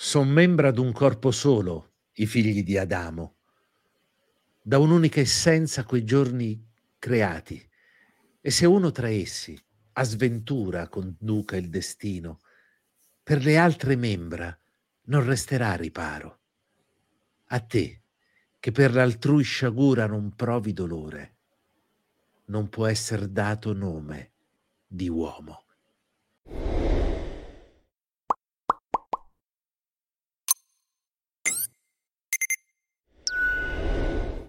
Son membra d'un corpo solo, i figli di Adamo, da un'unica essenza quei giorni creati, e se uno tra essi a sventura conduca il destino, per le altre membra non resterà riparo. A te, che per l'altrui sciagura non provi dolore, non può esser dato nome di uomo.